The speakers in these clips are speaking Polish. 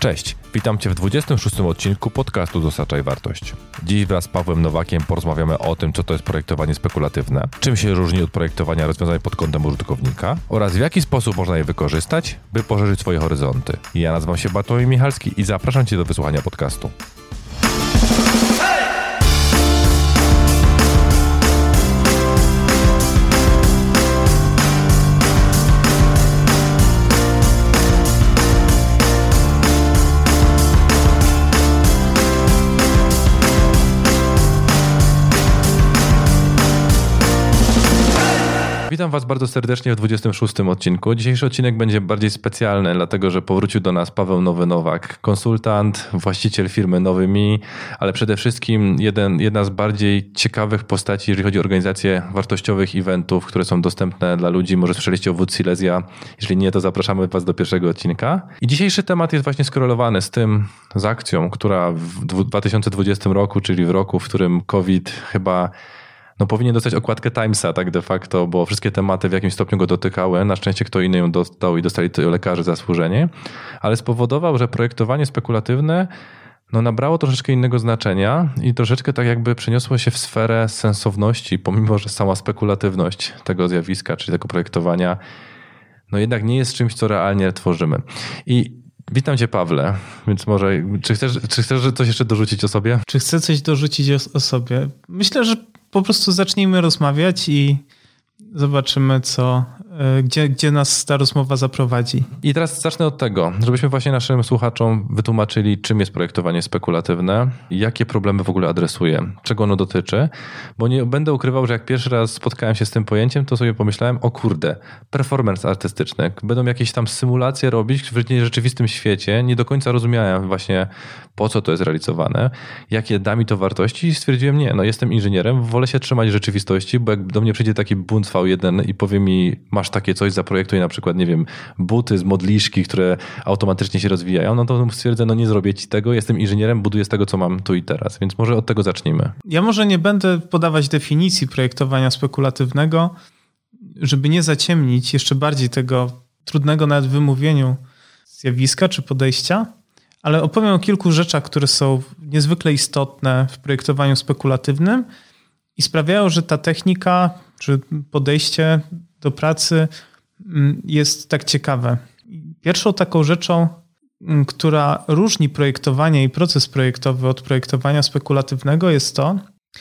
Cześć, witam Cię w 26. odcinku podcastu Dostarczaj Wartość. Dziś wraz z Pawłem Nowakiem porozmawiamy o tym, co to jest projektowanie spekulatywne, czym się różni od projektowania rozwiązań pod kątem użytkownika oraz w jaki sposób można je wykorzystać, by poszerzyć swoje horyzonty. Ja nazywam się Bartłomiej Michalski i zapraszam Cię do wysłuchania podcastu. Witam Was bardzo serdecznie w 26. odcinku. Dzisiejszy odcinek będzie bardziej specjalny, dlatego że powrócił do nas Paweł Nowak, konsultant, właściciel firmy Nowy Mi, ale przede wszystkim jedna z bardziej ciekawych postaci, jeżeli chodzi o organizację wartościowych eventów, które są dostępne dla ludzi. Może słyszeliście o Wood Silesia. Jeżeli nie, to zapraszamy Was do pierwszego odcinka. I dzisiejszy temat jest właśnie skorelowany z akcją, która w 2020 roku, czyli w roku, w którym COVID chyba powinien dostać okładkę Timesa tak de facto, bo wszystkie tematy w jakimś stopniu go dotykały. Na szczęście kto inny ją dostał i dostali to lekarze zasłużenie, ale spowodował, że projektowanie spekulatywne nabrało troszeczkę innego znaczenia i troszeczkę tak jakby przeniosło się w sferę sensowności, pomimo że sama spekulatywność tego zjawiska, czyli tego projektowania, jednak nie jest czymś, co realnie tworzymy. I witam Cię, Pawle, więc może, czy chcesz coś jeszcze dorzucić o sobie? Czy chcę coś dorzucić o sobie? Myślę, że po prostu zacznijmy rozmawiać i zobaczymy, gdzie nas ta rozmowa zaprowadzi. I teraz zacznę od tego, żebyśmy właśnie naszym słuchaczom wytłumaczyli, czym jest projektowanie spekulatywne, jakie problemy w ogóle adresuje, czego ono dotyczy, bo nie będę ukrywał, że jak pierwszy raz spotkałem się z tym pojęciem, to sobie pomyślałem, performance artystyczny, będą jakieś tam symulacje robić w rzeczywistym świecie, nie do końca rozumiałem właśnie, po co to jest realizowane, jakie da mi to wartości i stwierdziłem, jestem inżynierem, wolę się trzymać rzeczywistości, bo jak do mnie przyjdzie taki bunt V1 i powie mi, masz takie coś, zaprojektuj na przykład, buty z modliszki, które automatycznie się rozwijają, to stwierdzę, nie zrobię ci tego, jestem inżynierem, buduję z tego, co mam tu i teraz, więc może od tego zacznijmy. Ja może nie będę podawać definicji projektowania spekulatywnego, żeby nie zaciemnić jeszcze bardziej tego trudnego nawet w wymówieniu zjawiska czy podejścia, ale opowiem o kilku rzeczach, które są niezwykle istotne w projektowaniu spekulatywnym i sprawiają, że ta technika czy podejście do pracy jest tak ciekawe. Pierwszą taką rzeczą, która różni projektowanie i proces projektowy od projektowania spekulatywnego, jest to,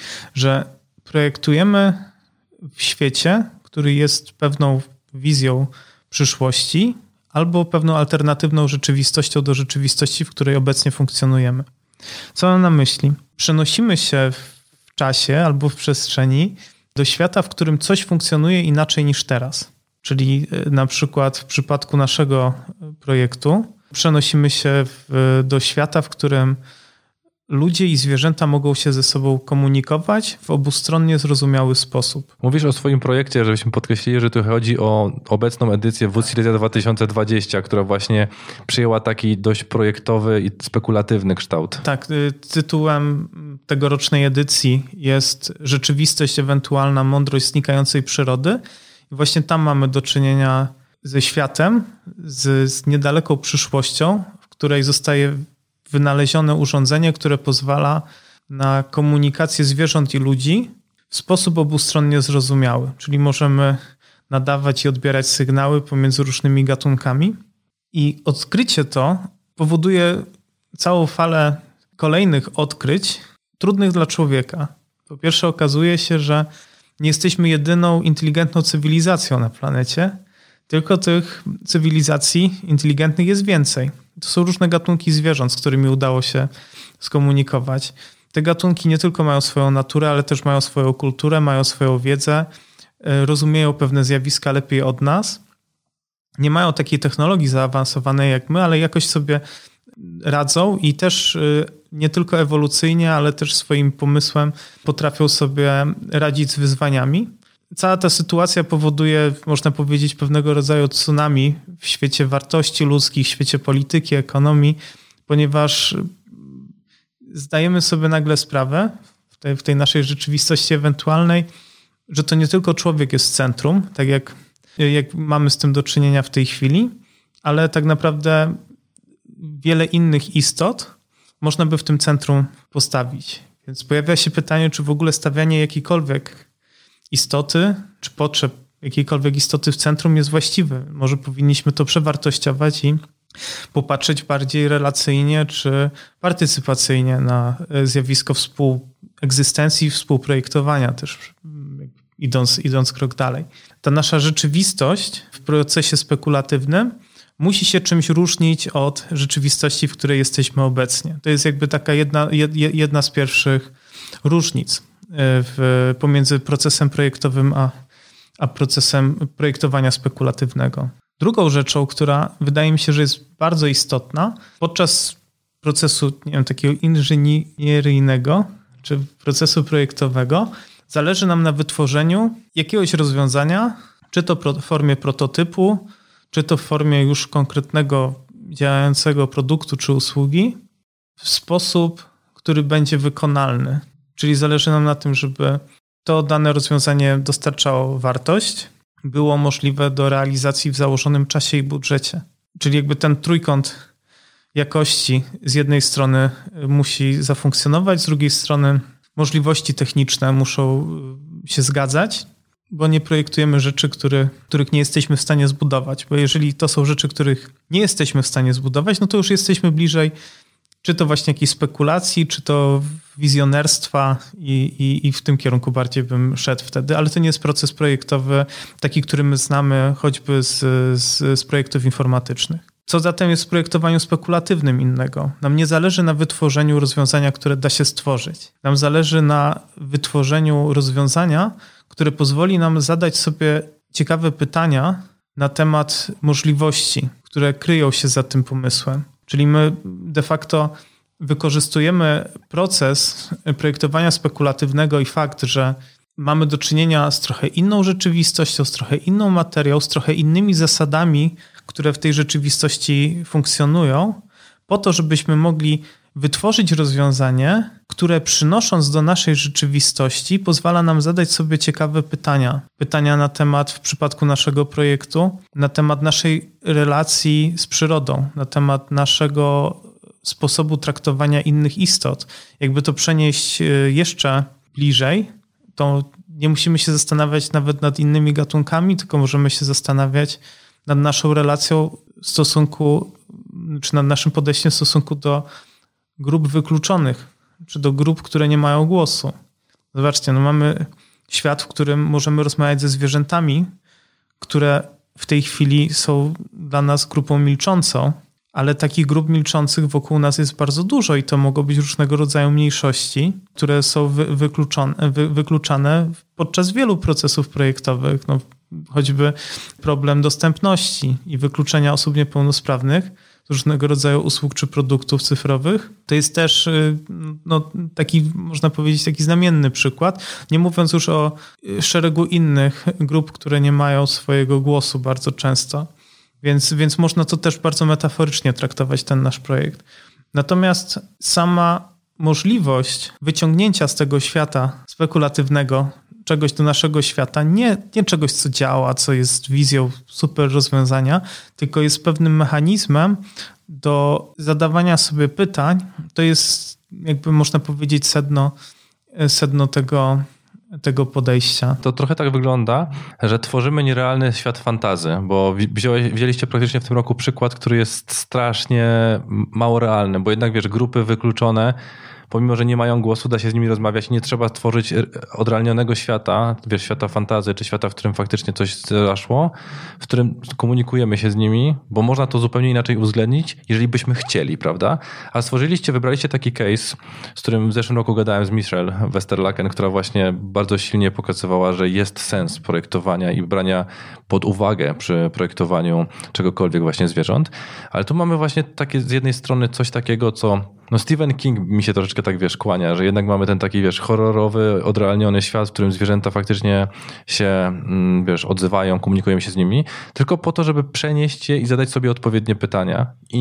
że projektujemy w świecie, który jest pewną wizją przyszłości albo pewną alternatywną rzeczywistością do rzeczywistości, w której obecnie funkcjonujemy. Co mam na myśli? Przenosimy się w czasie albo w przestrzeni do świata, w którym coś funkcjonuje inaczej niż teraz. Czyli na przykład w przypadku naszego projektu przenosimy się do świata, w którym ludzie i zwierzęta mogą się ze sobą komunikować w obustronnie zrozumiały sposób. Mówisz o swoim projekcie, żebyśmy podkreślili, że tu chodzi o obecną edycję Wood Silesia 2020, która właśnie przyjęła taki dość projektowy i spekulatywny kształt. Tak, tytułem tegorocznej edycji jest Rzeczywistość ewentualna, mądrość znikającej przyrody. I właśnie tam mamy do czynienia ze światem, z niedaleką przyszłością, w której zostaje wynalezione urządzenie, które pozwala na komunikację zwierząt i ludzi w sposób obustronnie zrozumiały. Czyli możemy nadawać i odbierać sygnały pomiędzy różnymi gatunkami. I odkrycie to powoduje całą falę kolejnych odkryć trudnych dla człowieka. Po pierwsze okazuje się, że nie jesteśmy jedyną inteligentną cywilizacją na planecie, tylko tych cywilizacji inteligentnych jest więcej. To są różne gatunki zwierząt, z którymi udało się skomunikować. Te gatunki nie tylko mają swoją naturę, ale też mają swoją kulturę, mają swoją wiedzę, rozumieją pewne zjawiska lepiej od nas. Nie mają takiej technologii zaawansowanej jak my, ale jakoś sobie radzą i też nie tylko ewolucyjnie, ale też swoim pomysłem potrafią sobie radzić z wyzwaniami. Cała ta sytuacja powoduje, można powiedzieć, pewnego rodzaju tsunami w świecie wartości ludzkich, w świecie polityki, ekonomii, ponieważ zdajemy sobie nagle sprawę w tej naszej rzeczywistości ewentualnej, że to nie tylko człowiek jest w centrum, tak jak mamy z tym do czynienia w tej chwili, ale tak naprawdę wiele innych istot można by w tym centrum postawić. Więc pojawia się pytanie, czy w ogóle stawianie jakiejkolwiek istoty, czy potrzeb jakiejkolwiek istoty w centrum jest właściwe. Może powinniśmy to przewartościować i popatrzeć bardziej relacyjnie czy partycypacyjnie na zjawisko współegzystencji, współprojektowania też, idąc krok dalej. Ta nasza rzeczywistość w procesie spekulatywnym musi się czymś różnić od rzeczywistości, w której jesteśmy obecnie. To jest jakby taka jedna z pierwszych różnic pomiędzy procesem projektowym a procesem projektowania spekulatywnego. Drugą rzeczą, która wydaje mi się, że jest bardzo istotna podczas procesu, nie wiem, takiego inżynieryjnego czy procesu projektowego, zależy nam na wytworzeniu jakiegoś rozwiązania, czy to w formie prototypu, czy to w formie już konkretnego działającego produktu czy usługi, w sposób, który będzie wykonalny. Czyli zależy nam na tym, żeby to dane rozwiązanie dostarczało wartość, było możliwe do realizacji w założonym czasie i budżecie. Czyli jakby ten trójkąt jakości z jednej strony musi zafunkcjonować, z drugiej strony możliwości techniczne muszą się zgadzać, bo nie projektujemy rzeczy, których nie jesteśmy w stanie zbudować. Bo jeżeli to są rzeczy, których nie jesteśmy w stanie zbudować, no to już jesteśmy bliżej czy to właśnie jakiejś spekulacji, czy to wizjonerstwa i w tym kierunku bardziej bym szedł wtedy, ale to nie jest proces projektowy taki, który my znamy choćby z projektów informatycznych. Co zatem jest w projektowaniu spekulatywnym innego? Nam nie zależy na wytworzeniu rozwiązania, które da się stworzyć. Nam zależy na wytworzeniu rozwiązania, które pozwoli nam zadać sobie ciekawe pytania na temat możliwości, które kryją się za tym pomysłem. Czyli my de facto wykorzystujemy proces projektowania spekulatywnego i fakt, że mamy do czynienia z trochę inną rzeczywistością, z trochę inną materią, z trochę innymi zasadami, które w tej rzeczywistości funkcjonują, po to, żebyśmy mogli wytworzyć rozwiązanie, które przynosząc do naszej rzeczywistości pozwala nam zadać sobie ciekawe pytania. Pytania na temat, w przypadku naszego projektu, na temat naszej relacji z przyrodą, na temat naszego sposobu traktowania innych istot. Jakby to przenieść jeszcze bliżej, to nie musimy się zastanawiać nawet nad innymi gatunkami, tylko możemy się zastanawiać nad naszą relacją w stosunku, czy nad naszym podejściem w stosunku do grup wykluczonych, czy do grup, które nie mają głosu. Zobaczcie, mamy świat, w którym możemy rozmawiać ze zwierzętami, które w tej chwili są dla nas grupą milczącą, ale takich grup milczących wokół nas jest bardzo dużo i to mogą być różnego rodzaju mniejszości, które są wykluczane podczas wielu procesów projektowych. Choćby problem dostępności i wykluczenia osób niepełnosprawnych z różnego rodzaju usług czy produktów cyfrowych. To jest też taki, można powiedzieć, taki znamienny przykład. Nie mówiąc już o szeregu innych grup, które nie mają swojego głosu bardzo często. Więc można to też bardzo metaforycznie traktować, ten nasz projekt. Natomiast sama możliwość wyciągnięcia z tego świata spekulatywnego czegoś do naszego świata, nie czegoś, co działa, co jest wizją super rozwiązania, tylko jest pewnym mechanizmem do zadawania sobie pytań. To jest, jakby można powiedzieć, sedno tego podejścia. To trochę tak wygląda, że tworzymy nierealny świat fantazy, bo wzięliście praktycznie w tym roku przykład, który jest strasznie mało realny, bo jednak grupy wykluczone, pomimo że nie mają głosu, da się z nimi rozmawiać. Nie trzeba tworzyć odrealnionego świata, świata fantazy, czy świata, w którym faktycznie coś zaszło, w którym komunikujemy się z nimi, bo można to zupełnie inaczej uwzględnić, jeżeli byśmy chcieli, prawda? A wybraliście taki case, z którym w zeszłym roku gadałem z Michelle Westerlaken, która właśnie bardzo silnie pokazywała, że jest sens projektowania i brania pod uwagę przy projektowaniu czegokolwiek właśnie zwierząt. Ale tu mamy właśnie takie z jednej strony coś takiego, co Stephen King mi się troszeczkę tak, kłania, że jednak mamy ten taki, horrorowy, odrealniony świat, w którym zwierzęta faktycznie się, odzywają, komunikujemy się z nimi, tylko po to, żeby przenieść je i zadać sobie odpowiednie pytania. I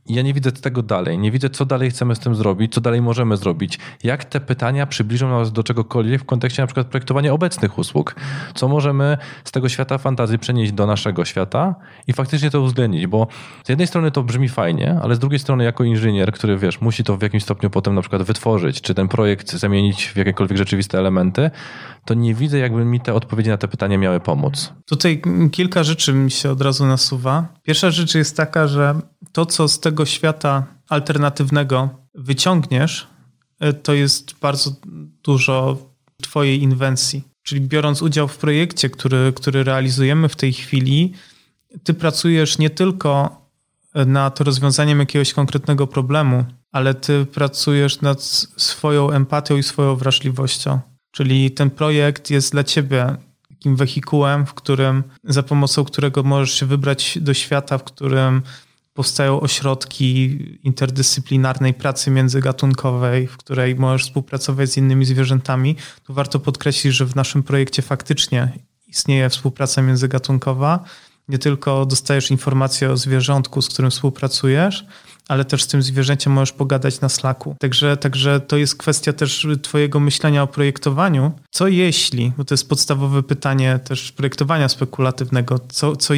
I ja nie widzę tego dalej. Nie widzę, co dalej chcemy z tym zrobić, co dalej możemy zrobić. Jak te pytania przybliżą nas do czegokolwiek w kontekście na przykład projektowania obecnych usług. Co możemy z tego świata fantazji przenieść do naszego świata i faktycznie to uwzględnić, bo z jednej strony to brzmi fajnie, ale z drugiej strony jako inżynier, który musi to w jakimś stopniu potem na przykład wytworzyć, czy ten projekt zamienić w jakiekolwiek rzeczywiste elementy, to nie widzę, jakby mi te odpowiedzi na te pytania miały pomóc. Tutaj kilka rzeczy mi się od razu nasuwa. Pierwsza rzecz jest taka, że to, co z tego świata alternatywnego wyciągniesz, to jest bardzo dużo twojej inwencji. Czyli biorąc udział w projekcie, który realizujemy w tej chwili, ty pracujesz nie tylko nad rozwiązaniem jakiegoś konkretnego problemu, ale ty pracujesz nad swoją empatią i swoją wrażliwością. Czyli ten projekt jest dla ciebie takim wehikułem, za pomocą którego możesz się wybrać do świata, w którym powstają ośrodki interdyscyplinarnej pracy międzygatunkowej, w której możesz współpracować z innymi zwierzętami. Tu warto podkreślić, że w naszym projekcie faktycznie istnieje współpraca międzygatunkowa. Nie tylko dostajesz informacje o zwierzątku, z którym współpracujesz, ale też z tym zwierzęciem możesz pogadać na Slacku. Także to jest kwestia też twojego myślenia o projektowaniu. Co jeśli, bo to jest podstawowe pytanie też projektowania spekulatywnego, co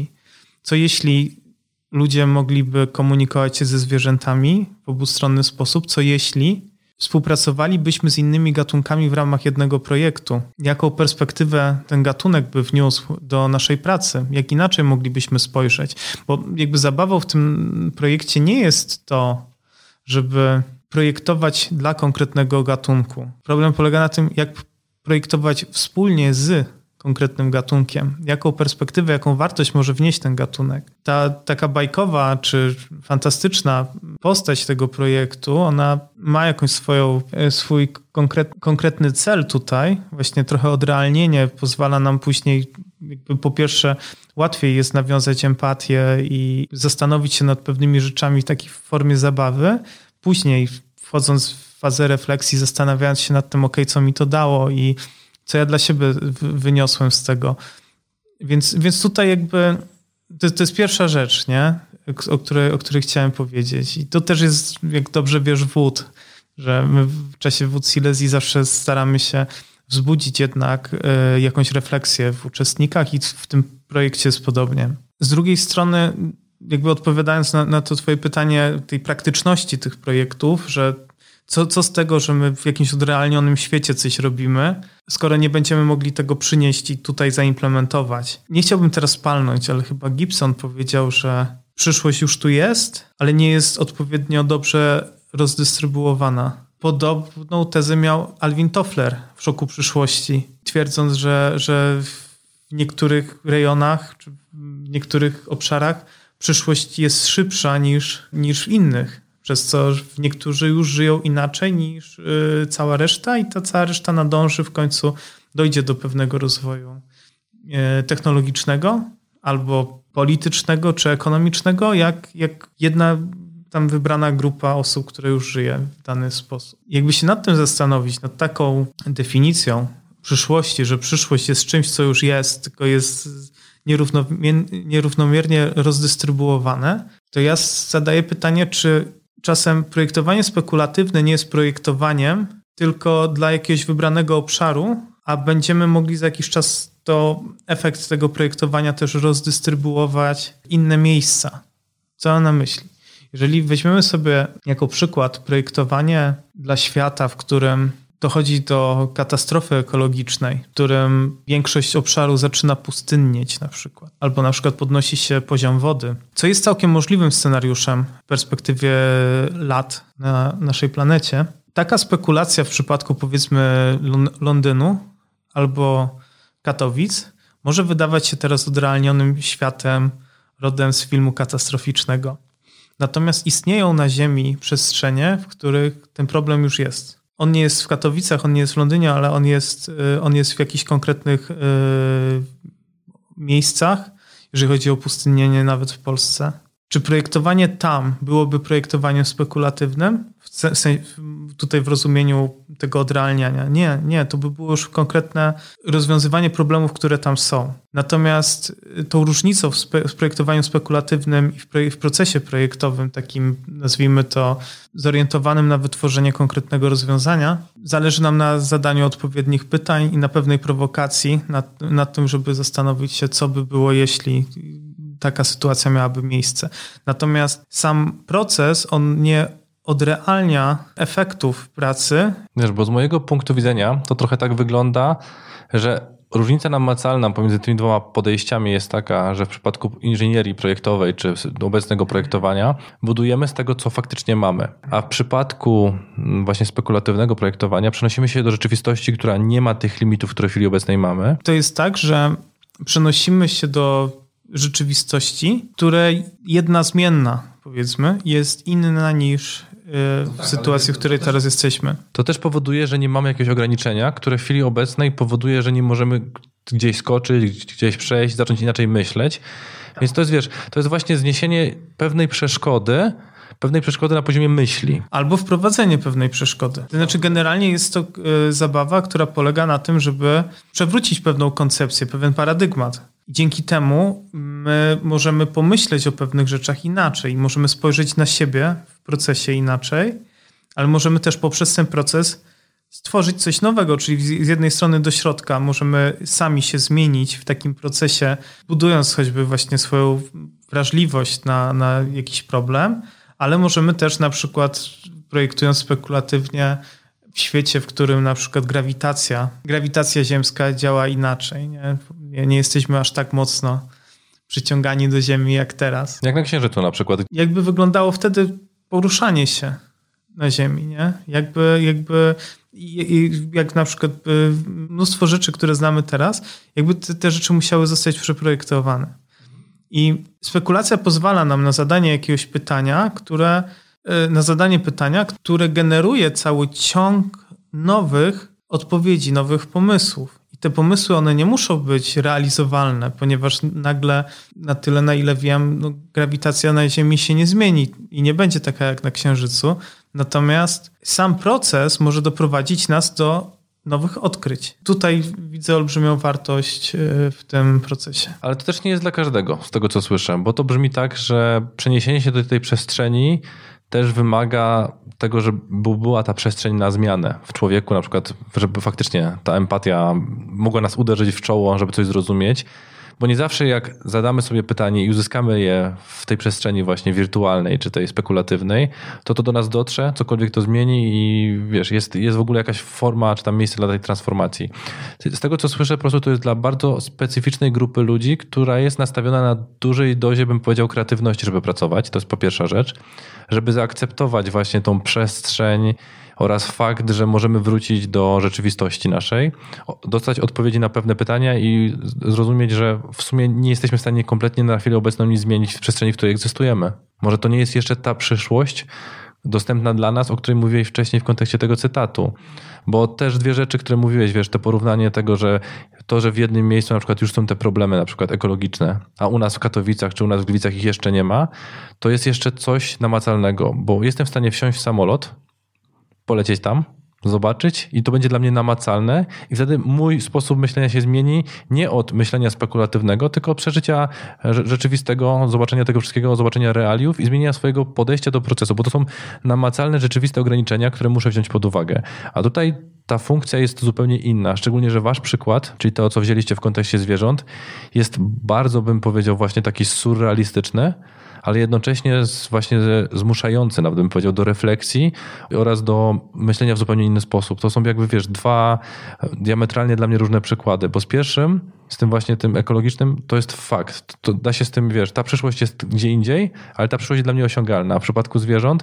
jeśli ludzie mogliby komunikować się ze zwierzętami w obustronny sposób, co jeśli współpracowalibyśmy z innymi gatunkami w ramach jednego projektu? Jaką perspektywę ten gatunek by wniósł do naszej pracy? Jak inaczej moglibyśmy spojrzeć? Bo jakby zabawą w tym projekcie nie jest to, żeby projektować dla konkretnego gatunku. Problem polega na tym, jak projektować wspólnie z konkretnym gatunkiem. Jaką perspektywę, jaką wartość może wnieść ten gatunek. Ta taka bajkowa czy fantastyczna postać tego projektu, ona ma jakąś swój konkretny cel tutaj. Właśnie trochę odrealnienie pozwala nam później jakby po pierwsze łatwiej jest nawiązać empatię i zastanowić się nad pewnymi rzeczami w takiej formie zabawy. Później wchodząc w fazę refleksji, zastanawiając się nad tym, co mi to dało i co ja dla siebie wyniosłem z tego. Więc tutaj jakby to jest pierwsza rzecz, nie? O której chciałem powiedzieć. I to też jest, jak dobrze wiesz, wód, że my w czasie wód Silesii zawsze staramy się wzbudzić jednak jakąś refleksję w uczestnikach i w tym projekcie jest podobnie. Z drugiej strony, jakby odpowiadając na to twoje pytanie tej praktyczności tych projektów, że co z tego, że my w jakimś odrealnionym świecie coś robimy, skoro nie będziemy mogli tego przynieść i tutaj zaimplementować. Nie chciałbym teraz palnąć, ale chyba Gibson powiedział, że przyszłość już tu jest, ale nie jest odpowiednio dobrze rozdystrybuowana. Podobną tezę miał Alvin Toffler w Szoku przyszłości, twierdząc, że w niektórych rejonach czy w niektórych obszarach przyszłość jest szybsza niż w innych. Przez co niektórzy już żyją inaczej niż cała reszta i ta cała reszta nadąży, w końcu dojdzie do pewnego rozwoju technologicznego albo politycznego czy ekonomicznego, jak jedna tam wybrana grupa osób, która już żyje w dany sposób. Jakby się nad tym zastanowić, nad taką definicją przyszłości, że przyszłość jest czymś, co już jest, tylko jest nierównomiernie rozdystrybuowane, to ja zadaję pytanie, czy czasem projektowanie spekulatywne nie jest projektowaniem tylko dla jakiegoś wybranego obszaru, a będziemy mogli za jakiś czas efekt tego projektowania też rozdystrybuować w inne miejsca. Co mam na myśli? Jeżeli weźmiemy sobie jako przykład projektowanie dla świata, w którym dochodzi do katastrofy ekologicznej, w którym większość obszaru zaczyna pustynnieć na przykład, albo na przykład podnosi się poziom wody, co jest całkiem możliwym scenariuszem w perspektywie lat na naszej planecie. Taka spekulacja w przypadku powiedzmy Londynu albo Katowic może wydawać się teraz odrealnionym światem rodem z filmu katastroficznego. Natomiast istnieją na Ziemi przestrzenie, w których ten problem już jest. On nie jest w Katowicach, on nie jest w Londynie, ale on jest w jakichś konkretnych miejscach, jeżeli chodzi o pustynnienie nawet w Polsce. Czy projektowanie tam byłoby projektowaniem spekulatywnym? Tutaj w rozumieniu tego odrealniania. Nie, to by było już konkretne rozwiązywanie problemów, które tam są. Natomiast tą różnicą w projektowaniu spekulatywnym i w procesie projektowym, takim nazwijmy to zorientowanym na wytworzenie konkretnego rozwiązania, zależy nam na zadaniu odpowiednich pytań i na pewnej prowokacji, nad tym, żeby zastanowić się, co by było, jeśli taka sytuacja miałaby miejsce. Natomiast sam proces, on nie odrealnia efektów pracy. Wiesz, bo z mojego punktu widzenia to trochę tak wygląda, że różnica namacalna pomiędzy tymi dwoma podejściami jest taka, że w przypadku inżynierii projektowej czy obecnego projektowania budujemy z tego, co faktycznie mamy. A w przypadku właśnie spekulatywnego projektowania przenosimy się do rzeczywistości, która nie ma tych limitów, które w chwili obecnej mamy. To jest tak, że przenosimy się do rzeczywistości, której jedna zmienna, powiedzmy, jest inna niż w sytuacji, w której teraz jesteśmy. To też powoduje, że nie mamy jakiegoś ograniczenia, które w chwili obecnej powoduje, że nie możemy gdzieś skoczyć, gdzieś przejść, zacząć inaczej myśleć. Więc to jest, wiesz, to jest właśnie zniesienie pewnej przeszkody na poziomie myśli. Albo wprowadzenie pewnej przeszkody. To znaczy generalnie jest to zabawa, która polega na tym, żeby przewrócić pewną koncepcję, pewien paradygmat. Dzięki temu my możemy pomyśleć o pewnych rzeczach inaczej. Możemy spojrzeć na siebie w procesie inaczej, ale możemy też poprzez ten proces stworzyć coś nowego, czyli z jednej strony do środka możemy sami się zmienić w takim procesie, budując choćby właśnie swoją wrażliwość na jakiś problem, ale możemy też na przykład projektując spekulatywnie w świecie, w którym na przykład grawitacja ziemska działa inaczej. Nie jesteśmy aż tak mocno przyciągani do Ziemi jak teraz. Jak na Księżycu na przykład. Jakby wyglądało wtedy poruszanie się na Ziemi, nie? Jak na przykład mnóstwo rzeczy, które znamy teraz, jakby te rzeczy musiały zostać przeprojektowane. I spekulacja pozwala nam na zadanie jakiegoś pytania, które generuje cały ciąg nowych odpowiedzi, nowych pomysłów. I te pomysły, one nie muszą być realizowalne, ponieważ nagle, na tyle na ile wiem, grawitacja na Ziemi się nie zmieni i nie będzie taka jak na Księżycu. Natomiast sam proces może doprowadzić nas do nowych odkryć. Tutaj widzę olbrzymią wartość w tym procesie. Ale to też nie jest dla każdego, z tego co słyszę, bo to brzmi tak, że przeniesienie się do tej przestrzeni też wymaga tego, żeby była ta przestrzeń na zmianę w człowieku, na przykład, żeby faktycznie ta empatia mogła nas uderzyć w czoło, żeby coś zrozumieć, bo nie zawsze jak zadamy sobie pytanie i uzyskamy je w tej przestrzeni właśnie wirtualnej czy tej spekulatywnej, to do nas dotrze, cokolwiek to zmieni i wiesz, jest w ogóle jakaś forma czy tam miejsce dla tej transformacji. Z tego co słyszę, po prostu to jest dla bardzo specyficznej grupy ludzi, która jest nastawiona na dużej dozie, bym powiedział, kreatywności, żeby pracować. To jest po pierwsza rzecz. Żeby zaakceptować właśnie tą przestrzeń oraz fakt, że możemy wrócić do rzeczywistości naszej, dostać odpowiedzi na pewne pytania i zrozumieć, że w sumie nie jesteśmy w stanie kompletnie na chwilę obecną nic zmienić w przestrzeni, w której egzystujemy. Może to nie jest jeszcze ta przyszłość dostępna dla nas, o której mówiłeś wcześniej w kontekście tego cytatu. Bo też dwie rzeczy, które mówiłeś, wiesz, to porównanie tego, że w jednym miejscu na przykład już są te problemy na przykład ekologiczne, a u nas w Katowicach czy u nas w Gliwicach ich jeszcze nie ma, to jest jeszcze coś namacalnego, bo jestem w stanie wsiąść w samolot, polecieć tam, zobaczyć i to będzie dla mnie namacalne i wtedy mój sposób myślenia się zmieni nie od myślenia spekulatywnego, tylko od przeżycia rzeczywistego, zobaczenia tego wszystkiego, zobaczenia realiów i zmienienia swojego podejścia do procesu, bo to są namacalne, rzeczywiste ograniczenia, które muszę wziąć pod uwagę. A tutaj ta funkcja jest zupełnie inna, szczególnie, że wasz przykład, czyli to, co wzięliście w kontekście zwierząt, jest bardzo, bym powiedział, właśnie taki surrealistyczny, ale jednocześnie właśnie zmuszający, nawet bym powiedział, do refleksji oraz do myślenia w zupełnie inny sposób. To są jakby, wiesz, dwa diametralnie dla mnie różne przykłady, bo z pierwszym, z tym właśnie tym ekologicznym, to jest fakt. To da się z tym, wiesz, ta przyszłość jest gdzie indziej, ale ta przyszłość jest dla mnie osiągalna. A w przypadku zwierząt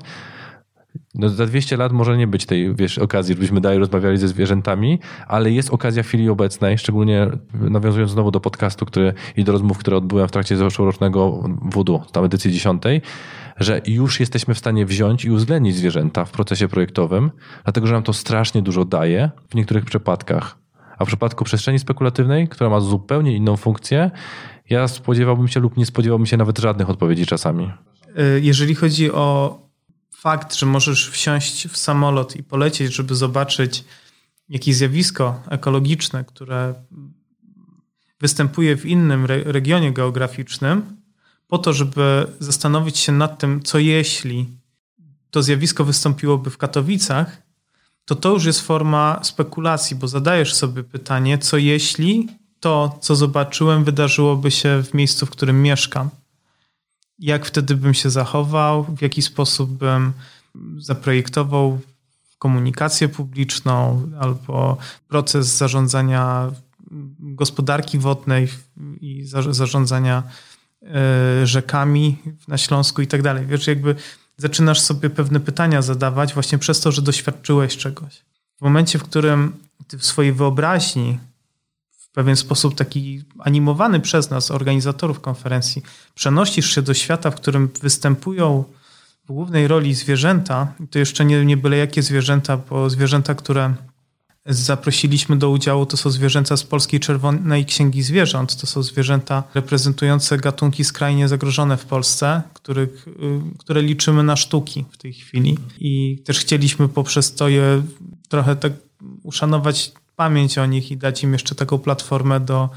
za 200 lat może nie być tej, wiesz, okazji, żebyśmy dalej rozmawiali ze zwierzętami, ale jest okazja w chwili obecnej, szczególnie nawiązując znowu do podcastu i do rozmów, które odbyłem w trakcie zeszłorocznego WUDU, tam edycji 10, że już jesteśmy w stanie wziąć i uwzględnić zwierzęta w procesie projektowym, dlatego że nam to strasznie dużo daje w niektórych przypadkach. A w przypadku przestrzeni spekulatywnej, która ma zupełnie inną funkcję, ja spodziewałbym się lub nie spodziewałbym się nawet żadnych odpowiedzi czasami. jeżeli chodzi o fakt, że możesz wsiąść w samolot i polecieć, żeby zobaczyć jakieś zjawisko ekologiczne, które występuje w innym regionie geograficznym, po to, żeby zastanowić się nad tym, co jeśli to zjawisko wystąpiłoby w Katowicach, to już jest forma spekulacji, bo zadajesz sobie pytanie, co jeśli to, co zobaczyłem, wydarzyłoby się w miejscu, w którym mieszkam. Jak wtedy bym się zachował, w jaki sposób bym zaprojektował komunikację publiczną albo proces zarządzania gospodarki wodnej i zarządzania rzekami na Śląsku i tak dalej. Wiesz, jakby zaczynasz sobie pewne pytania zadawać właśnie przez to, że doświadczyłeś czegoś. W momencie, w którym ty w swojej wyobraźni w pewien sposób taki animowany przez nas, organizatorów konferencji, przenosisz się do świata, w którym występują w głównej roli zwierzęta, to jeszcze nie byle jakie zwierzęta, bo zwierzęta, które zaprosiliśmy do udziału, to są zwierzęta z Polskiej Czerwonej Księgi Zwierząt. To są zwierzęta reprezentujące gatunki skrajnie zagrożone w Polsce, które liczymy na sztuki w tej chwili. I też chcieliśmy poprzez to je trochę tak uszanować pamięć o nich i dać im jeszcze taką platformę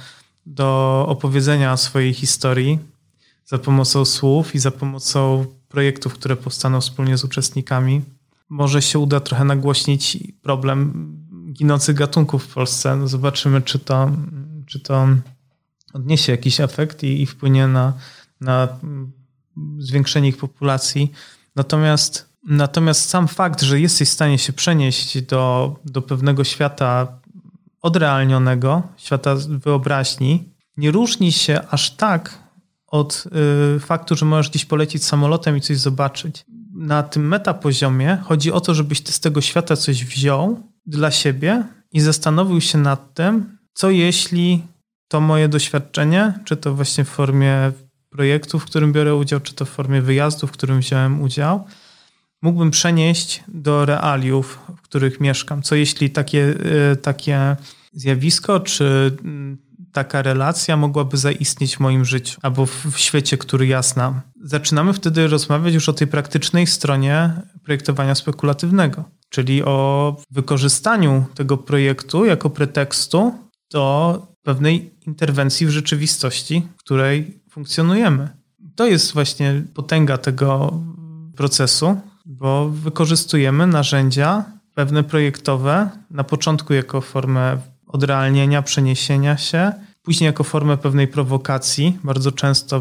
do opowiedzenia swojej historii za pomocą słów i za pomocą projektów, które powstaną wspólnie z uczestnikami. Może się uda trochę nagłośnić problem ginących gatunków w Polsce. No zobaczymy, czy to odniesie jakiś efekt i wpłynie na zwiększenie ich populacji. Natomiast sam fakt, że jesteś w stanie się przenieść do pewnego świata odrealnionego, świata wyobraźni, nie różni się aż tak od faktu, że możesz gdzieś polecieć samolotem i coś zobaczyć. Na tym metapoziomie chodzi o to, żebyś ty z tego świata coś wziął dla siebie i zastanowił się nad tym, co jeśli to moje doświadczenie, czy to właśnie w formie projektu, w którym biorę udział, czy to w formie wyjazdu, w którym wziąłem udział, mógłbym przenieść do realiów, w których mieszkam. Co jeśli takie zjawisko, czy taka relacja mogłaby zaistnieć w moim życiu albo w świecie, który ja znam. Zaczynamy wtedy rozmawiać już o tej praktycznej stronie projektowania spekulatywnego, czyli o wykorzystaniu tego projektu jako pretekstu do pewnej interwencji w rzeczywistości, w której funkcjonujemy. To jest właśnie potęga tego procesu, bo wykorzystujemy narzędzia pewne projektowe, na początku jako formę odrealnienia, przeniesienia się, później jako formę pewnej prowokacji. Bardzo często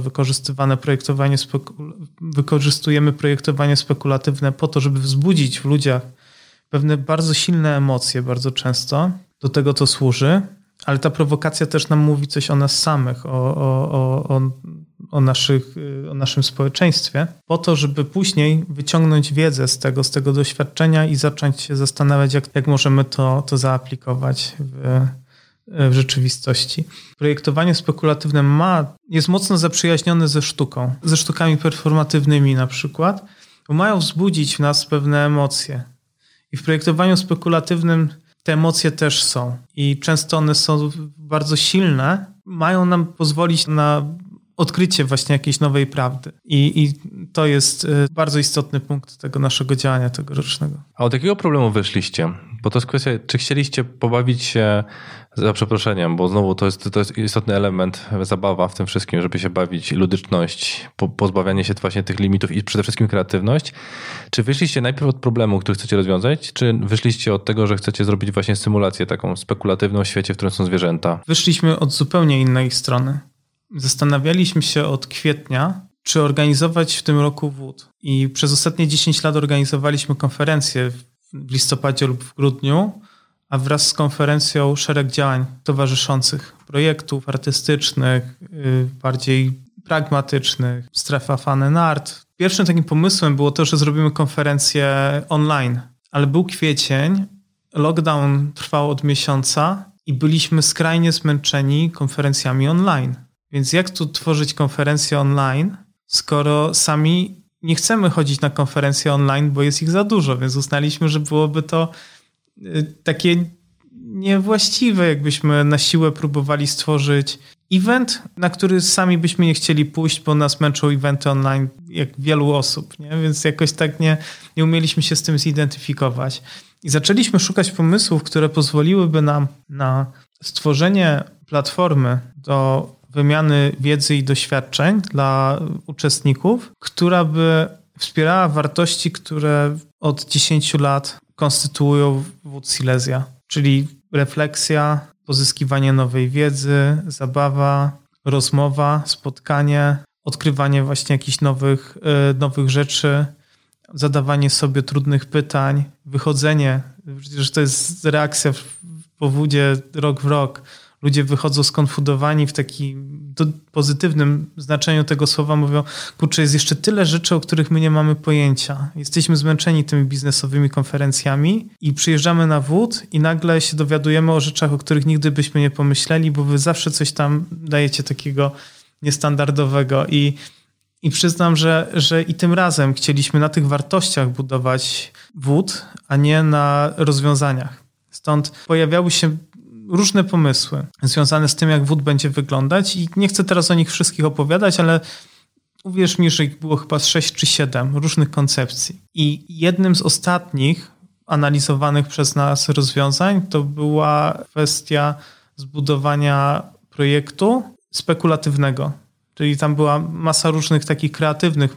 wykorzystujemy projektowanie spekulatywne po to, żeby wzbudzić w ludziach pewne bardzo silne emocje, bardzo często. Do tego to służy, ale ta prowokacja też nam mówi coś o nas samych, o naszym społeczeństwie, po to, żeby później wyciągnąć wiedzę z tego doświadczenia i zacząć się zastanawiać, jak możemy to zaaplikować w rzeczywistości. Projektowanie spekulatywne jest mocno zaprzyjaźnione ze sztuką, ze sztukami performatywnymi na przykład, bo mają wzbudzić w nas pewne emocje. I w projektowaniu spekulatywnym te emocje też są. I często one są bardzo silne, mają nam pozwolić na odkrycie właśnie jakiejś nowej prawdy. I to jest bardzo istotny punkt tego naszego działania tegorocznego. A od jakiego problemu wyszliście? Bo to jest kwestia, czy chcieliście pobawić się, za przeproszeniem, bo znowu to jest istotny element, zabawa w tym wszystkim, żeby się bawić, ludyczność, pozbawianie się właśnie tych limitów i przede wszystkim kreatywność. Czy wyszliście najpierw od problemu, który chcecie rozwiązać, czy wyszliście od tego, że chcecie zrobić właśnie symulację taką spekulatywną w świecie, w którym są zwierzęta? Wyszliśmy od zupełnie innej strony. Zastanawialiśmy się od kwietnia, czy organizować w tym roku WOOD. I przez ostatnie 10 lat organizowaliśmy konferencje w listopadzie lub w grudniu, a wraz z konferencją szereg działań towarzyszących, projektów artystycznych, bardziej pragmatycznych, strefa Fun and Art. Pierwszym takim pomysłem było to, że zrobimy konferencję online, ale był kwiecień, lockdown trwał od miesiąca i byliśmy skrajnie zmęczeni konferencjami online. Więc jak tu tworzyć konferencję online, skoro sami nie chcemy chodzić na konferencje online, bo jest ich za dużo, więc uznaliśmy, że byłoby to takie niewłaściwe, jakbyśmy na siłę próbowali stworzyć event, na który sami byśmy nie chcieli pójść, bo nas męczą eventy online jak wielu osób, nie? Więc jakoś tak nie umieliśmy się z tym zidentyfikować. I zaczęliśmy szukać pomysłów, które pozwoliłyby nam na stworzenie platformy do wymiany wiedzy i doświadczeń dla uczestników, która by wspierała wartości, które od 10 lat konstytuują wód Silesia, czyli refleksja, pozyskiwanie nowej wiedzy, zabawa, rozmowa, spotkanie, odkrywanie właśnie jakichś nowych rzeczy, zadawanie sobie trudnych pytań, wychodzenie, że to jest reakcja po wódzie rok w rok. Ludzie wychodzą skonfundowani w takim pozytywnym znaczeniu tego słowa, mówią, kurczę, jest jeszcze tyle rzeczy, o których my nie mamy pojęcia. Jesteśmy zmęczeni tymi biznesowymi konferencjami i przyjeżdżamy na wód i nagle się dowiadujemy o rzeczach, o których nigdy byśmy nie pomyśleli, bo wy zawsze coś tam dajecie takiego niestandardowego i przyznam, że i tym razem chcieliśmy na tych wartościach budować wód, a nie na rozwiązaniach. Stąd pojawiały się różne pomysły związane z tym, jak wód będzie wyglądać i nie chcę teraz o nich wszystkich opowiadać, ale uwierz mi, że ich było chyba 6 czy 7 różnych koncepcji. I jednym z ostatnich analizowanych przez nas rozwiązań to była kwestia zbudowania projektu spekulatywnego. Czyli tam była masa różnych takich kreatywnych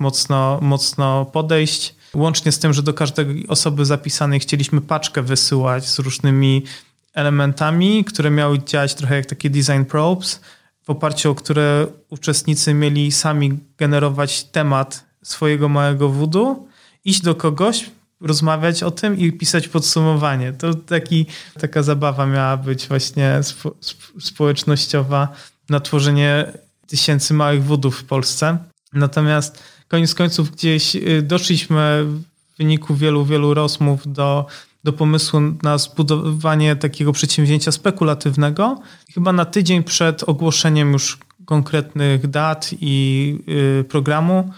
mocno podejść, łącznie z tym, że do każdej osoby zapisanej chcieliśmy paczkę wysyłać z różnymi elementami, które miały działać trochę jak takie design probes, w oparciu o które uczestnicy mieli sami generować temat swojego małego woodu, iść do kogoś, rozmawiać o tym i pisać podsumowanie. To taka zabawa miała być właśnie społecznościowa na tworzenie tysięcy małych woodów w Polsce. Natomiast koniec końców gdzieś doszliśmy w wyniku wielu rozmów do pomysłu na zbudowanie takiego przedsięwzięcia spekulatywnego. Chyba na tydzień przed ogłoszeniem już konkretnych dat i programu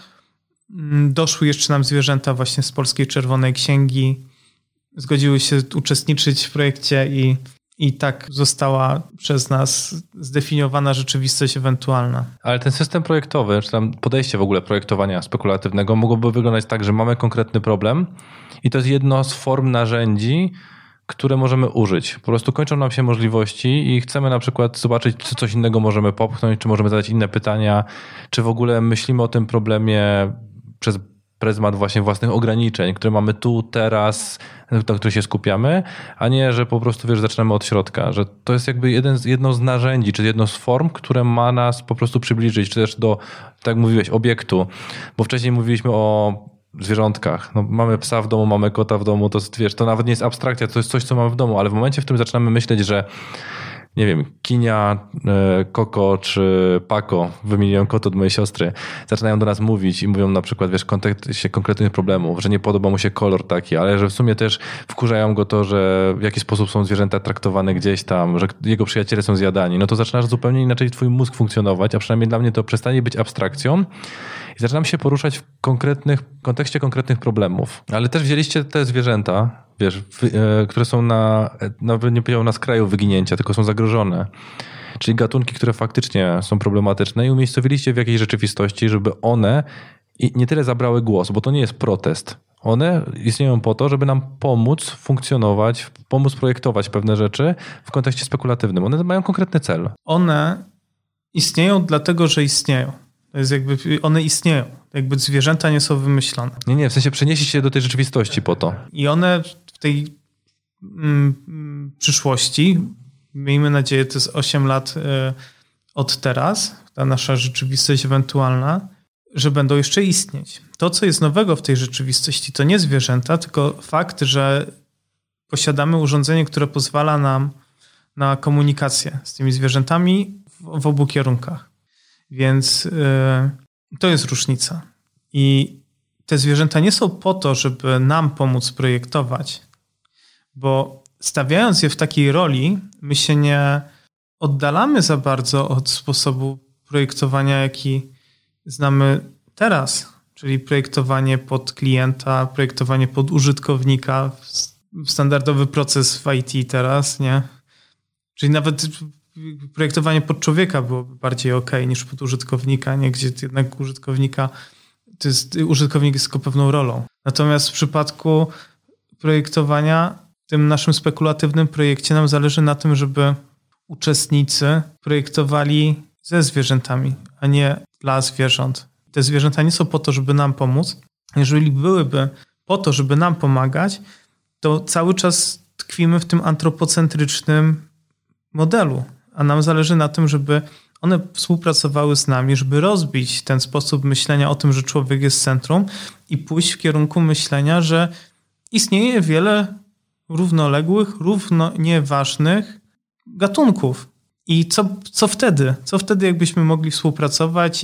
doszły jeszcze nam zwierzęta właśnie z Polskiej Czerwonej Księgi. Zgodziły się uczestniczyć w projekcie i tak została przez nas zdefiniowana rzeczywistość ewentualna. Ale ten system projektowy, czy tam podejście w ogóle projektowania spekulatywnego mogłoby wyglądać tak, że mamy konkretny problem i to jest jedno z form narzędzi, które możemy użyć. Po prostu kończą nam się możliwości i chcemy na przykład zobaczyć, czy coś innego możemy popchnąć, czy możemy zadać inne pytania, czy w ogóle myślimy o tym problemie przez pryzmat właśnie własnych ograniczeń, które mamy tu, teraz, na których się skupiamy, a nie, że po prostu zaczynamy od środka, że to jest jakby jedno z narzędzi, czy jedno z form, które ma nas po prostu przybliżyć, czy też do, tak jak mówiłeś, obiektu, bo wcześniej mówiliśmy o zwierzątkach. No, mamy psa w domu, mamy kota w domu, to nawet nie jest abstrakcja, to jest coś, co mamy w domu, ale w momencie, w którym zaczynamy myśleć, że nie wiem, Kinia, Koko czy Paco, wymieniłem kota od mojej siostry, zaczynają do nas mówić i mówią na przykład, w kontekście konkretnych problemów, że nie podoba mu się kolor taki, ale że w sumie też wkurzają go to, że w jaki sposób są zwierzęta traktowane gdzieś tam, że jego przyjaciele są zjadani, no to zaczynasz zupełnie inaczej twój mózg funkcjonować, a przynajmniej dla mnie to przestanie być abstrakcją i zaczynam się poruszać w kontekście konkretnych problemów. Ale też wzięliście te zwierzęta, które są nawet nie powiedział na skraju wyginięcia, tylko są zagrożone. Czyli gatunki, które faktycznie są problematyczne i umiejscowiliście w jakiejś rzeczywistości, żeby one nie tyle zabrały głos, bo to nie jest protest. One istnieją po to, żeby nam pomóc funkcjonować, pomóc projektować pewne rzeczy w kontekście spekulatywnym. One mają konkretny cel. One istnieją dlatego, że istnieją. To jest one istnieją. Jakby zwierzęta nie są wymyślone. Nie, w sensie przenieśli się do tej rzeczywistości po to. I one w tej przyszłości, miejmy nadzieję, to jest 8 lat od teraz, ta nasza rzeczywistość ewentualna, że będą jeszcze istnieć. To, co jest nowego w tej rzeczywistości, to nie zwierzęta, tylko fakt, że posiadamy urządzenie, które pozwala nam na komunikację z tymi zwierzętami w obu kierunkach. Więc to jest różnica. I te zwierzęta nie są po to, żeby nam pomóc projektować, bo stawiając je w takiej roli, my się nie oddalamy za bardzo od sposobu projektowania, jaki znamy teraz, czyli projektowanie pod klienta, projektowanie pod użytkownika, standardowy proces w IT teraz, nie? Czyli nawet projektowanie pod człowieka byłoby bardziej okej niż pod użytkownika, nie? Gdzie jednak użytkownika użytkownik jest tylko pewną rolą. Natomiast w przypadku projektowania, w tym naszym spekulatywnym projekcie nam zależy na tym, żeby uczestnicy projektowali ze zwierzętami, a nie dla zwierząt. Te zwierzęta nie są po to, żeby nam pomóc. Jeżeli byłyby po to, żeby nam pomagać, to cały czas tkwimy w tym antropocentrycznym modelu, a nam zależy na tym, żeby one współpracowały z nami, żeby rozbić ten sposób myślenia o tym, że człowiek jest centrum i pójść w kierunku myślenia, że istnieje wiele równoległych, równie ważnych gatunków. I co wtedy? Co wtedy, jakbyśmy mogli współpracować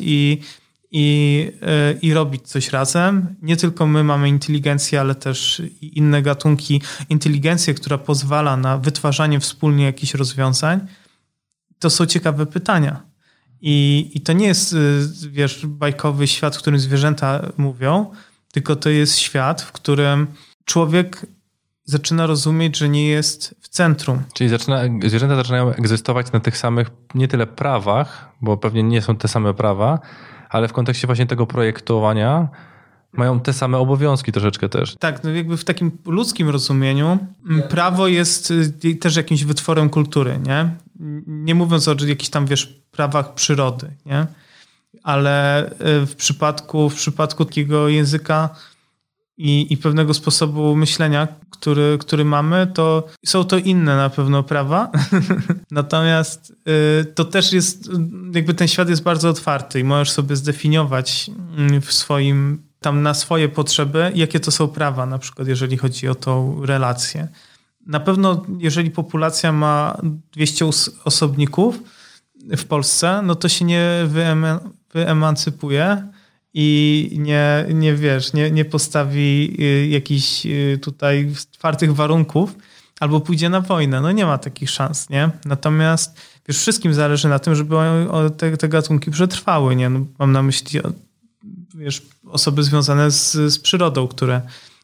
i robić coś razem? Nie tylko my mamy inteligencję, ale też i inne gatunki. Inteligencję, która pozwala na wytwarzanie wspólnie jakichś rozwiązań. To są ciekawe pytania. I to nie jest, bajkowy świat, w którym zwierzęta mówią, tylko to jest świat, w którym człowiek zaczyna rozumieć, że nie jest w centrum. Czyli zwierzęta zaczynają egzystować na tych samych, nie tyle prawach, bo pewnie nie są te same prawa, ale w kontekście właśnie tego projektowania mają te same obowiązki troszeczkę też. Tak, no jakby w takim ludzkim rozumieniu prawo jest też jakimś wytworem kultury, nie? Nie mówiąc o jakichś tam, prawach przyrody, nie? Ale w przypadku takiego języka i pewnego sposobu myślenia, który mamy, to są to inne na pewno prawa. Natomiast to też jest, jakby ten świat jest bardzo otwarty i możesz sobie zdefiniować w swoim, tam na swoje potrzeby, jakie to są prawa, na przykład jeżeli chodzi o tą relację. Na pewno jeżeli populacja ma 200 osobników w Polsce, no to się nie wyemancypuje i nie postawi jakichś tutaj twardych warunków albo pójdzie na wojnę. No nie ma takich szans, nie? Natomiast wszystkim zależy na tym, żeby te gatunki przetrwały, nie? No, mam na myśli osoby związane z przyrodą, które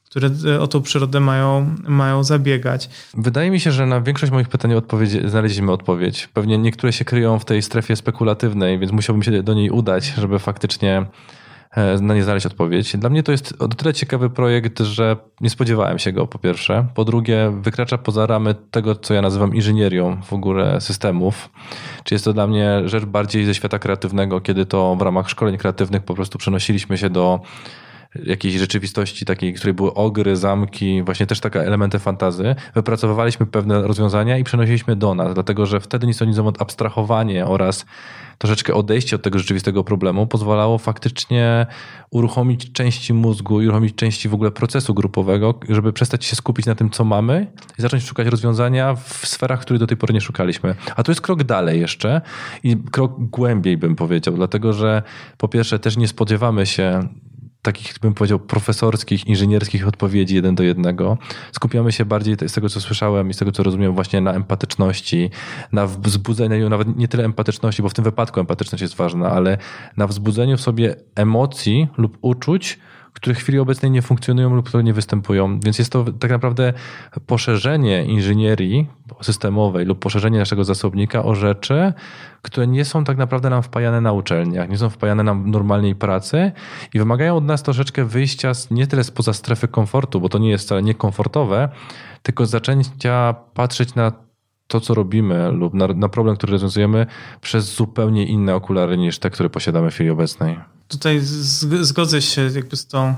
o tą przyrodę mają zabiegać. Wydaje mi się, że na większość moich pytań znaleźliśmy odpowiedź. Pewnie niektóre się kryją w tej strefie spekulatywnej, więc musiałbym się do niej udać, żeby faktycznie na nie znaleźć odpowiedź. Dla mnie to jest o tyle ciekawy projekt, że nie spodziewałem się go, po pierwsze. Po drugie, wykracza poza ramy tego, co ja nazywam inżynierią w ogóle systemów. Czy jest to dla mnie rzecz bardziej ze świata kreatywnego, kiedy to w ramach szkoleń kreatywnych po prostu przenosiliśmy się do jakiejś rzeczywistości takiej, w której były ogry, zamki, właśnie też takie elementy fantazy. Wypracowywaliśmy pewne rozwiązania i przenosiliśmy do nas, dlatego że wtedy nic abstrahowanie oraz troszeczkę odejście od tego rzeczywistego problemu pozwalało faktycznie uruchomić części mózgu i uruchomić części w ogóle procesu grupowego, żeby przestać się skupić na tym, co mamy i zacząć szukać rozwiązania w sferach, których do tej pory nie szukaliśmy. A to jest krok dalej jeszcze i krok głębiej, bym powiedział, dlatego że po pierwsze też nie spodziewamy się takich, bym powiedział, profesorskich, inżynierskich odpowiedzi 1 do 1. Skupiamy się bardziej, z tego co słyszałem i z tego co rozumiem, właśnie na empatyczności, na wzbudzeniu, nawet nie tyle empatyczności, bo w tym wypadku empatyczność jest ważna, ale na wzbudzeniu w sobie emocji lub uczuć, które w chwili obecnej nie funkcjonują lub które nie występują. Więc jest to tak naprawdę poszerzenie inżynierii systemowej lub poszerzenie naszego zasobnika o rzeczy, które nie są tak naprawdę nam wpajane na uczelniach, nie są wpajane nam w normalnej pracy i wymagają od nas troszeczkę wyjścia nie tyle spoza strefy komfortu, bo to nie jest wcale niekomfortowe, tylko zaczęcia patrzeć na to, co robimy lub na problem, który rozwiązujemy przez zupełnie inne okulary niż te, które posiadamy w chwili obecnej. Tutaj zgodzę się jakby z tą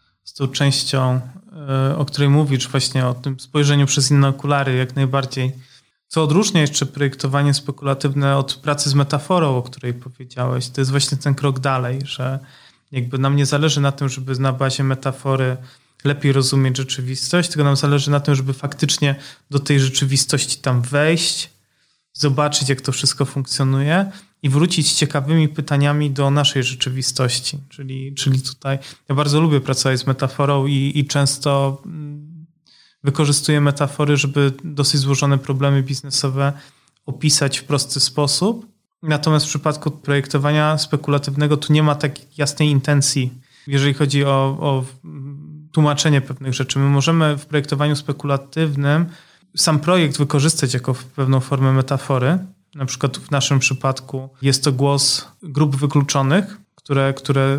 częścią, o której mówisz, właśnie o tym spojrzeniu przez inne okulary jak najbardziej. Co odróżnia jeszcze projektowanie spekulatywne od pracy z metaforą, o której powiedziałeś, to jest właśnie ten krok dalej, że jakby nam nie zależy na tym, żeby na bazie metafory lepiej rozumieć rzeczywistość, tylko nam zależy na tym, żeby faktycznie do tej rzeczywistości tam wejść, zobaczyć, jak to wszystko funkcjonuje i wrócić z ciekawymi pytaniami do naszej rzeczywistości. Czyli tutaj ja bardzo lubię pracować z metaforą i często wykorzystuję metafory, żeby dosyć złożone problemy biznesowe opisać w prosty sposób. Natomiast w przypadku projektowania spekulatywnego tu nie ma tak jasnej intencji, jeżeli chodzi o tłumaczenie pewnych rzeczy. My możemy w projektowaniu spekulatywnym sam projekt wykorzystać jako pewną formę metafory. Na przykład w naszym przypadku jest to głos grup wykluczonych, które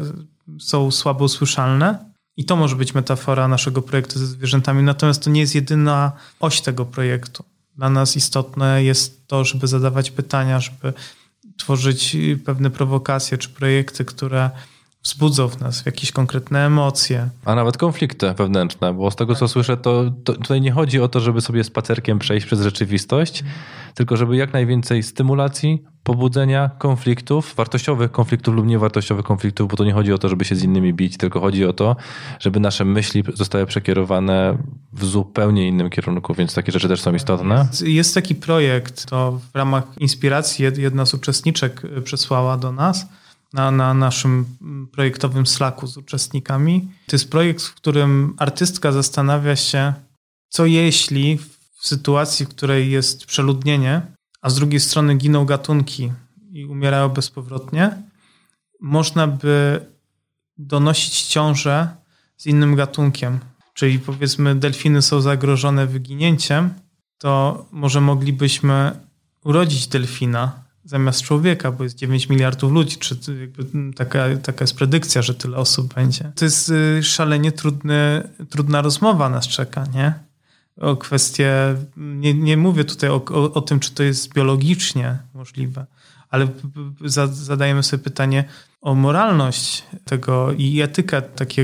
są słabo słyszalne. I to może być metafora naszego projektu ze zwierzętami. Natomiast to nie jest jedyna oś tego projektu. Dla nas istotne jest to, żeby zadawać pytania, żeby tworzyć pewne prowokacje czy projekty, które wzbudzą w nas jakieś konkretne emocje. A nawet konflikty wewnętrzne, bo z tego co słyszę, to tutaj nie chodzi o to, żeby sobie spacerkiem przejść przez rzeczywistość, tylko żeby jak najwięcej stymulacji, pobudzenia, konfliktów, wartościowych konfliktów lub niewartościowych konfliktów, bo to nie chodzi o to, żeby się z innymi bić, tylko chodzi o to, żeby nasze myśli zostały przekierowane w zupełnie innym kierunku, więc takie rzeczy też są istotne. Jest taki projekt, to w ramach inspiracji jedna z uczestniczek przesłała do nas, na naszym projektowym Slacku z uczestnikami. To jest projekt, w którym artystka zastanawia się, co jeśli w sytuacji, w której jest przeludnienie, a z drugiej strony giną gatunki i umierają bezpowrotnie, można by donosić ciążę z innym gatunkiem. Czyli powiedzmy delfiny są zagrożone wyginięciem, to może moglibyśmy urodzić delfina zamiast człowieka, bo jest 9 miliardów ludzi, czy jakby taka jest predykcja, że tyle osób będzie. To jest szalenie trudna rozmowa nas czeka, nie? O kwestię, nie mówię tutaj o tym, czy to jest biologicznie możliwe, ale zadajemy sobie pytanie o moralność tego i etykę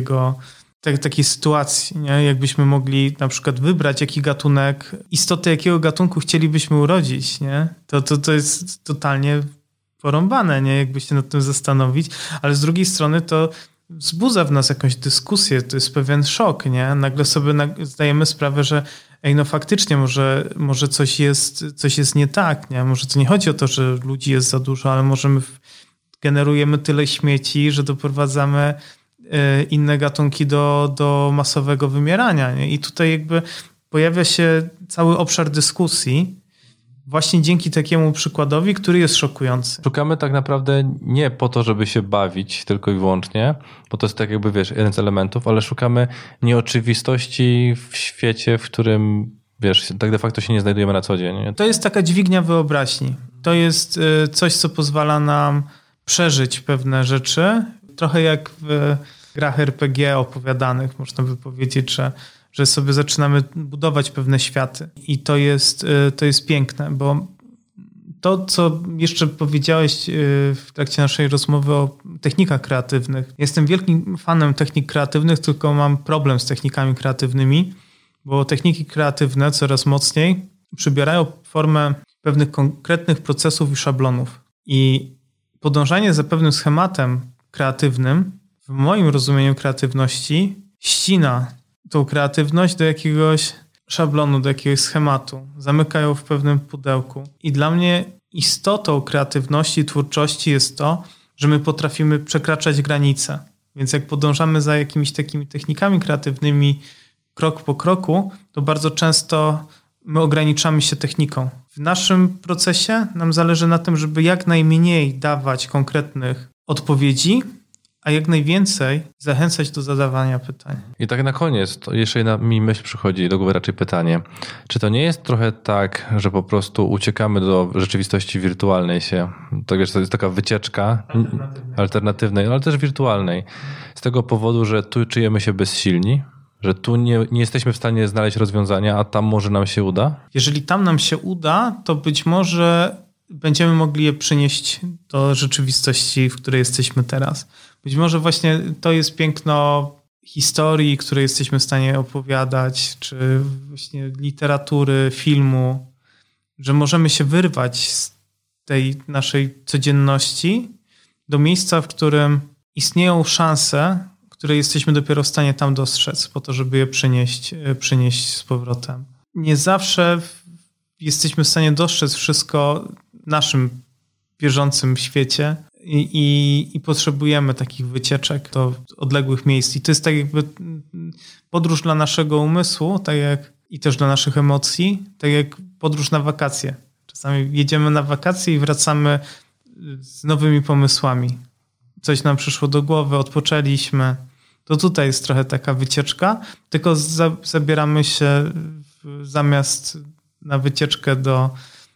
takiej sytuacji, nie? Jakbyśmy mogli na przykład wybrać jaki gatunek, istotę jakiego gatunku chcielibyśmy urodzić, nie? To jest totalnie porąbane, nie? Jakby się nad tym zastanowić, ale z drugiej strony to wzbudza w nas jakąś dyskusję, to jest pewien szok, nie? Nagle sobie zdajemy sprawę, że faktycznie może coś jest nie tak, nie? Może to nie chodzi o to, że ludzi jest za dużo, ale może my generujemy tyle śmieci, że doprowadzamy inne gatunki do masowego wymierania. Nie? I tutaj jakby pojawia się cały obszar dyskusji właśnie dzięki takiemu przykładowi, który jest szokujący. Szukamy tak naprawdę nie po to, żeby się bawić tylko i wyłącznie, bo to jest tak jakby, wiesz, jeden z elementów, ale szukamy nieoczywistości w świecie, w którym, wiesz, tak de facto się nie znajdujemy na co dzień. Nie? To jest taka dźwignia wyobraźni. To jest coś, co pozwala nam przeżyć pewne rzeczy. Trochę jak w grach RPG opowiadanych, można by powiedzieć, że sobie zaczynamy budować pewne światy. I to jest piękne, bo to, co jeszcze powiedziałeś w trakcie naszej rozmowy o technikach kreatywnych. Jestem wielkim fanem technik kreatywnych, tylko mam problem z technikami kreatywnymi, bo techniki kreatywne coraz mocniej przybierają formę pewnych konkretnych procesów i szablonów. I podążanie za pewnym schematem kreatywnym, w moim rozumieniu kreatywności, ścina tą kreatywność do jakiegoś szablonu, do jakiegoś schematu. Zamyka ją w pewnym pudełku. I dla mnie istotą kreatywności, twórczości jest to, że my potrafimy przekraczać granice. Więc jak podążamy za jakimiś takimi technikami kreatywnymi krok po kroku, to bardzo często my ograniczamy się techniką. W naszym procesie nam zależy na tym, żeby jak najmniej dawać konkretnych odpowiedzi, a jak najwięcej zachęcać do zadawania pytań. I tak na koniec, to jeszcze mi myśl przychodzi do głowy raczej pytanie. Czy to nie jest trochę tak, że po prostu uciekamy do rzeczywistości wirtualnej się? To jest taka wycieczka alternatywnej, ale też wirtualnej. Z tego powodu, że tu czujemy się bezsilni, że tu nie jesteśmy w stanie znaleźć rozwiązania, a tam może nam się uda? Jeżeli tam nam się uda, to być może będziemy mogli je przynieść do rzeczywistości, w której jesteśmy teraz. Być może właśnie to jest piękno historii, które jesteśmy w stanie opowiadać, czy właśnie literatury, filmu, że możemy się wyrwać z tej naszej codzienności do miejsca, w którym istnieją szanse, które jesteśmy dopiero w stanie tam dostrzec, po to, żeby je przynieść z powrotem. Nie zawsze jesteśmy w stanie dostrzec wszystko w naszym bieżącym świecie i potrzebujemy takich wycieczek do odległych miejsc. I to jest tak jakby podróż dla naszego umysłu, tak jak i też dla naszych emocji, tak jak podróż na wakacje. Czasami jedziemy na wakacje i wracamy z nowymi pomysłami. Coś nam przyszło do głowy, odpoczęliśmy. To tutaj jest trochę taka wycieczka, tylko zabieramy się zamiast na wycieczkę do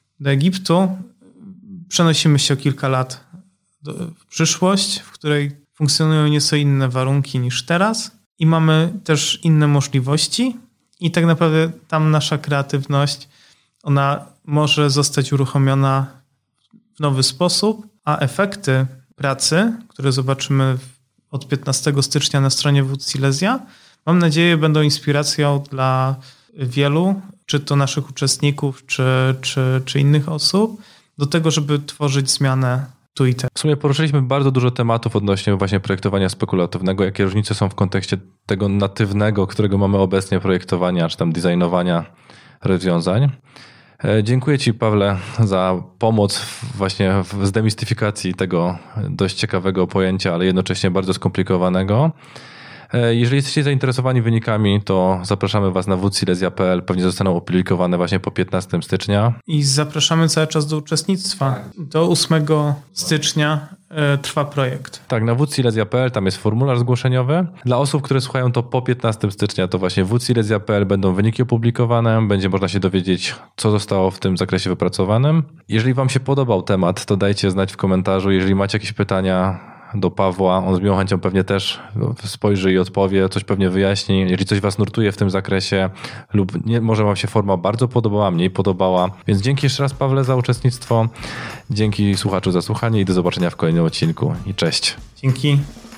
Egiptu, przenosimy się o kilka lat w przyszłość, w funkcjonują nieco inne warunki niż teraz i mamy też inne możliwości i tak naprawdę tam nasza kreatywność, ona może zostać uruchomiona w nowy sposób, a efekty pracy, które zobaczymy od 15 stycznia na stronie WUT Silesia, mam nadzieję, będą inspiracją dla wielu, czy to naszych uczestników, czy innych osób, do tego, żeby tworzyć zmianę tu i teraz. W sumie poruszyliśmy bardzo dużo tematów odnośnie właśnie projektowania spekulatywnego, jakie różnice są w kontekście tego natywnego, którego mamy obecnie, projektowania, czy tam designowania rozwiązań. Dziękuję Ci, Pawle, za pomoc właśnie w zdemistyfikacji tego dość ciekawego pojęcia, ale jednocześnie bardzo skomplikowanego. Jeżeli jesteście zainteresowani wynikami, to zapraszamy Was na wsilesia.pl. Pewnie zostaną opublikowane właśnie po 15 stycznia. I zapraszamy cały czas do uczestnictwa. Do 8 stycznia trwa projekt. Tak, na wsilesia.pl tam jest formularz zgłoszeniowy. Dla osób, które słuchają to po 15 stycznia, to właśnie wsilesia.pl będą wyniki opublikowane. Będzie można się dowiedzieć, co zostało w tym zakresie wypracowanym. Jeżeli Wam się podobał temat, to dajcie znać w komentarzu. Jeżeli macie jakieś pytania do Pawła, on z miłą chęcią pewnie też spojrzy i odpowie, coś pewnie wyjaśni. Jeżeli coś Was nurtuje w tym zakresie lub nie, może Wam się forma bardzo podobała, mniej podobała. Więc dzięki jeszcze raz, Pawle, za uczestnictwo. Dzięki słuchaczu za słuchanie i do zobaczenia w kolejnym odcinku. I cześć. Dzięki.